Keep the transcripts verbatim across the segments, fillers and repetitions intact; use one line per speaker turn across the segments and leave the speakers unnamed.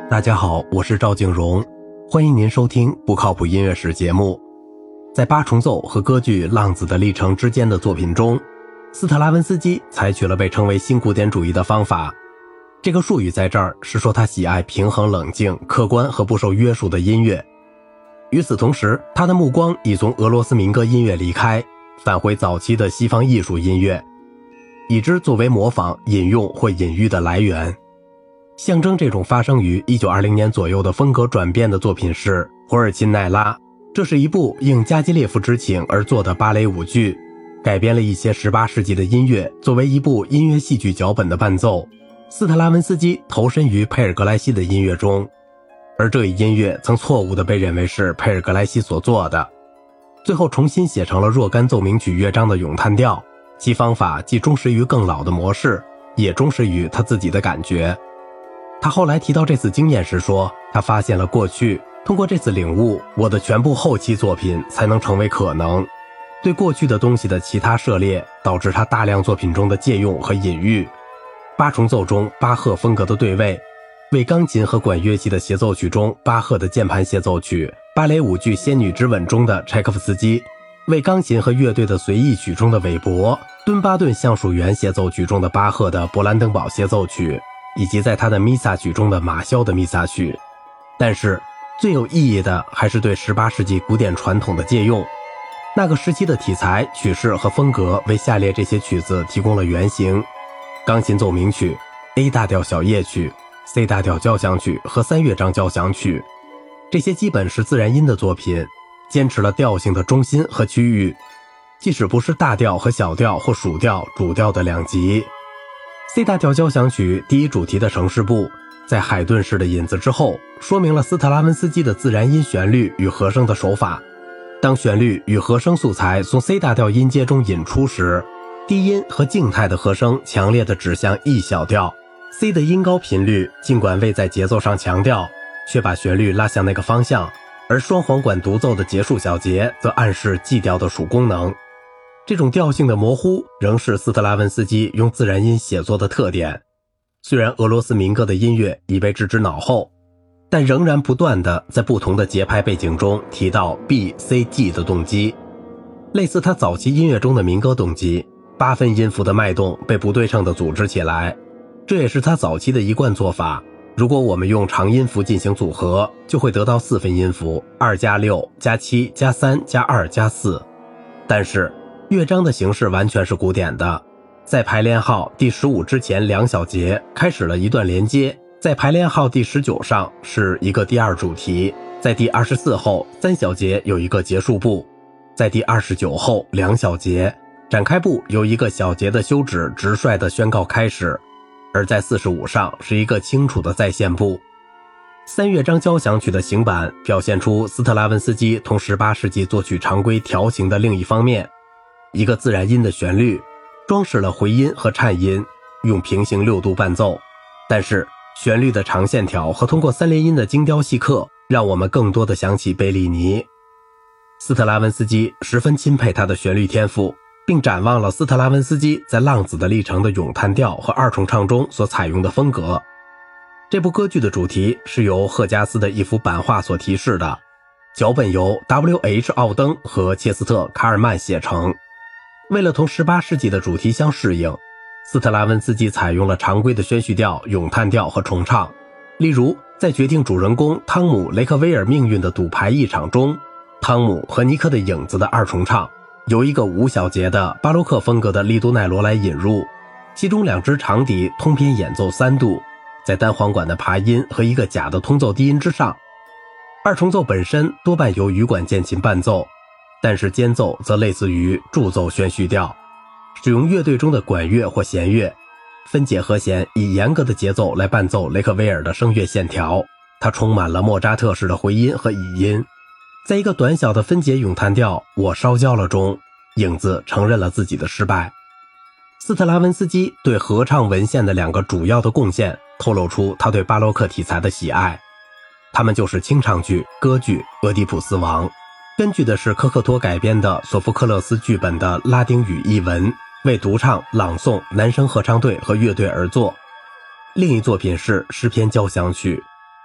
大家好，我是赵静荣，欢迎您收听不靠谱音乐史节目。在八重奏和歌剧《浪子的历程》之间的作品中，斯特拉文斯基采取了被称为新古典主义的方法。这个术语在这儿是说他喜爱平衡、冷静、客观和不受约束的音乐。与此同时，他的目光已从俄罗斯民歌音乐离开，返回早期的西方艺术音乐，以之作为模仿、引用或隐喻的来源。象征这种发生于一九二零年左右的风格转变的作品是《火尔钦奈拉》，这是一部应加基列夫之请而做的芭蕾舞剧，改编了一些十八世纪的音乐作为一部音乐戏剧脚本的伴奏。斯特拉文斯基投身于佩尔格莱西的音乐中，而这一音乐曾错误地被认为是佩尔格莱西所做的，最后重新写成了若干奏鸣曲乐章的咏叹调，其方法既忠实于更老的模式，也忠实于他自己的感觉。他后来提到这次经验时说，他发现了过去，通过这次领悟，我的全部后期作品才能成为可能。对过去的东西的其他涉猎，导致他大量作品中的借用和隐喻。八重奏中巴赫风格的对位，为钢琴和管乐器的协奏曲中巴赫的键盘协奏曲，芭蕾舞剧《仙女之吻》中的柴可夫斯基，为钢琴和乐队的随意曲中的韦伯，敦巴顿橡树园协奏曲中的巴赫的勃兰登堡协奏曲，以及在他的弥撒曲中的马肖的弥撒曲。但是最有意义的还是对十八世纪古典传统的借用，那个时期的题材、曲式和风格为下列这些曲子提供了原型：钢琴奏鸣曲、A 大调小夜曲、C 大调交响曲和三乐章交响曲。这些基本是自然音的作品，坚持了调性的中心和区域，即使不是大调和小调或属调、主调的两极。C 大调交响曲第一主题的城市部，在海顿式的引子之后，说明了斯特拉文斯基的自然音旋律与和声的手法。当旋律与和声素材从 C 大调音阶中引出时，低音和静态的和声强烈地指向 E 小调。C 的音高频率尽管未在节奏上强调，却把旋律拉向那个方向，而双簧管独奏的结束小节则暗示 G 调的属功能。这种调性的模糊仍是斯特拉文斯基用自然音写作的特点。虽然俄罗斯民歌的音乐已被置之脑后，但仍然不断地在不同的节拍背景中提到 B C G 的动机，类似他早期音乐中的民歌动机。八分音符的脉动被不对称地组织起来，这也是他早期的一贯做法。如果我们用长音符进行组合，就会得到四分音符，二加六加七加三加二加四。但是乐章的形式完全是古典的，在排练号第十五之前两小节开始了一段连接，在排练号第十九上是一个第二主题，在第二十四后三小节有一个结束部，在第二十九后两小节展开部由一个小节的休止直率地宣告开始，而在四十五上是一个清楚的再现部。三乐章交响曲的行板表现出斯特拉文斯基同十八世纪作曲常规调行的另一方面，一个自然音的旋律装饰了回音和颤音，用平行六度伴奏，但是旋律的长线条和通过三连音的精雕细刻让我们更多地想起贝利尼。斯特拉文斯基十分钦佩他的旋律天赋，并展望了斯特拉文斯基在《浪子的历程》的咏叹调和二重唱中所采用的风格。这部歌剧的主题是由赫加斯的一幅版画所提示的，脚本由 W H 奥登和切斯特卡尔曼写成。为了同十八世纪的主题相适应，斯特拉文斯基采用了常规的宣叙调、咏叹调和重唱。例如在决定主人公汤姆雷克威尔命运的赌牌一场中，汤姆和尼克的影子的二重唱由一个五小节的巴洛克风格的利多奈罗来引入，其中两支长笛通篇演奏三度，在单簧管的爬音和一个假的通奏低音之上。二重奏本身多半由羽管键琴伴奏，但是间奏则类似于助奏宣叙调，使用乐队中的管乐或弦乐，分解和弦以严格的节奏来伴奏雷克威尔的声乐线条，它充满了莫扎特式的回音和倚音。在一个短小的分解咏叹调我烧焦了中，影子承认了自己的失败。斯特拉文斯基对合唱文献的两个主要的贡献透露出他对巴洛克题材的喜爱，他们就是清唱剧、歌剧《俄狄浦斯王》，根据的是科克托改编的索福克勒斯剧本的拉丁语译文，为独唱、朗诵、男声合唱队和乐队而作。另一作品是诗篇交响曲，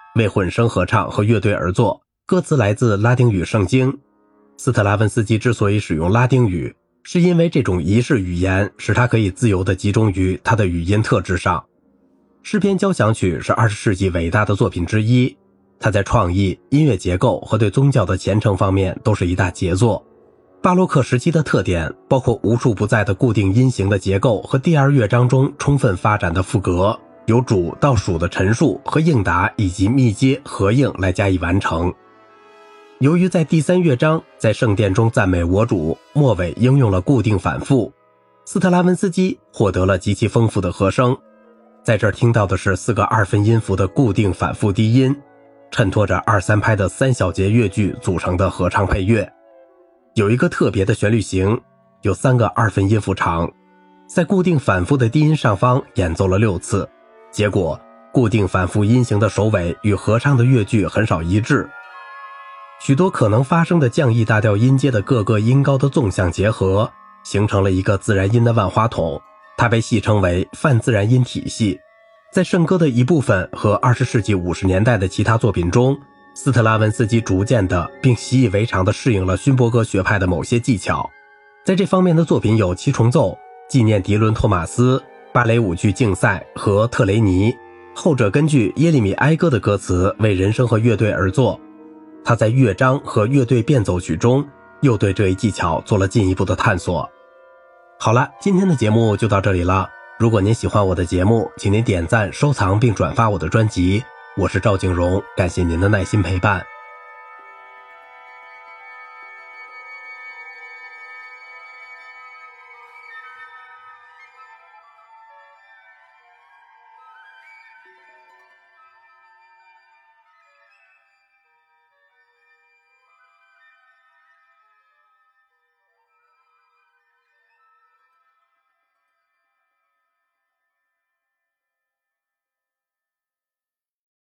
为混声合唱和乐队而作，歌词来自拉丁语圣经。斯特拉文斯基之所以使用拉丁语，是因为这种仪式语言使他可以自由地集中于他的语音特质上。诗篇交响曲是二十世纪伟大的作品之一，它在创意、音乐结构和对宗教的虔诚方面都是一大杰作。巴洛克时期的特点包括无处不在的固定音型的结构和第二乐章中充分发展的副歌，由主到属的陈述和应答以及密接合应来加以完成。由于在第三乐章在圣殿中赞美我主末尾应用了固定反复，斯特拉文斯基获得了极其丰富的和声。在这儿听到的是四个二分音符的固定反复低音，衬托着二三拍的三小节乐句组成的合唱配乐。有一个特别的旋律型，有三个二分音符长，在固定反复的低音上方演奏了六次，结果固定反复音型的首尾与合唱的乐句很少一致。许多可能发生的降 E 大调音阶的各个音高的纵向结合，形成了一个自然音的万花筒，它被戏称为泛自然音体系。在圣歌的一部分和二十世纪五十年代的其他作品中，斯特拉文斯基逐渐的并习以为常地适应了勋伯格学派的某些技巧。在这方面的作品有七重奏、纪念迪伦托马斯、芭蕾舞剧竞赛和特雷尼，后者根据耶利米哀歌的歌词为人声和乐队而作。他在乐章和乐队变奏曲中又对这一技巧做了进一步的探索。好了，今天的节目就到这里了。如果您喜欢我的节目，请您点赞、收藏并转发我的专辑。我是赵景荣，感谢您的耐心陪伴。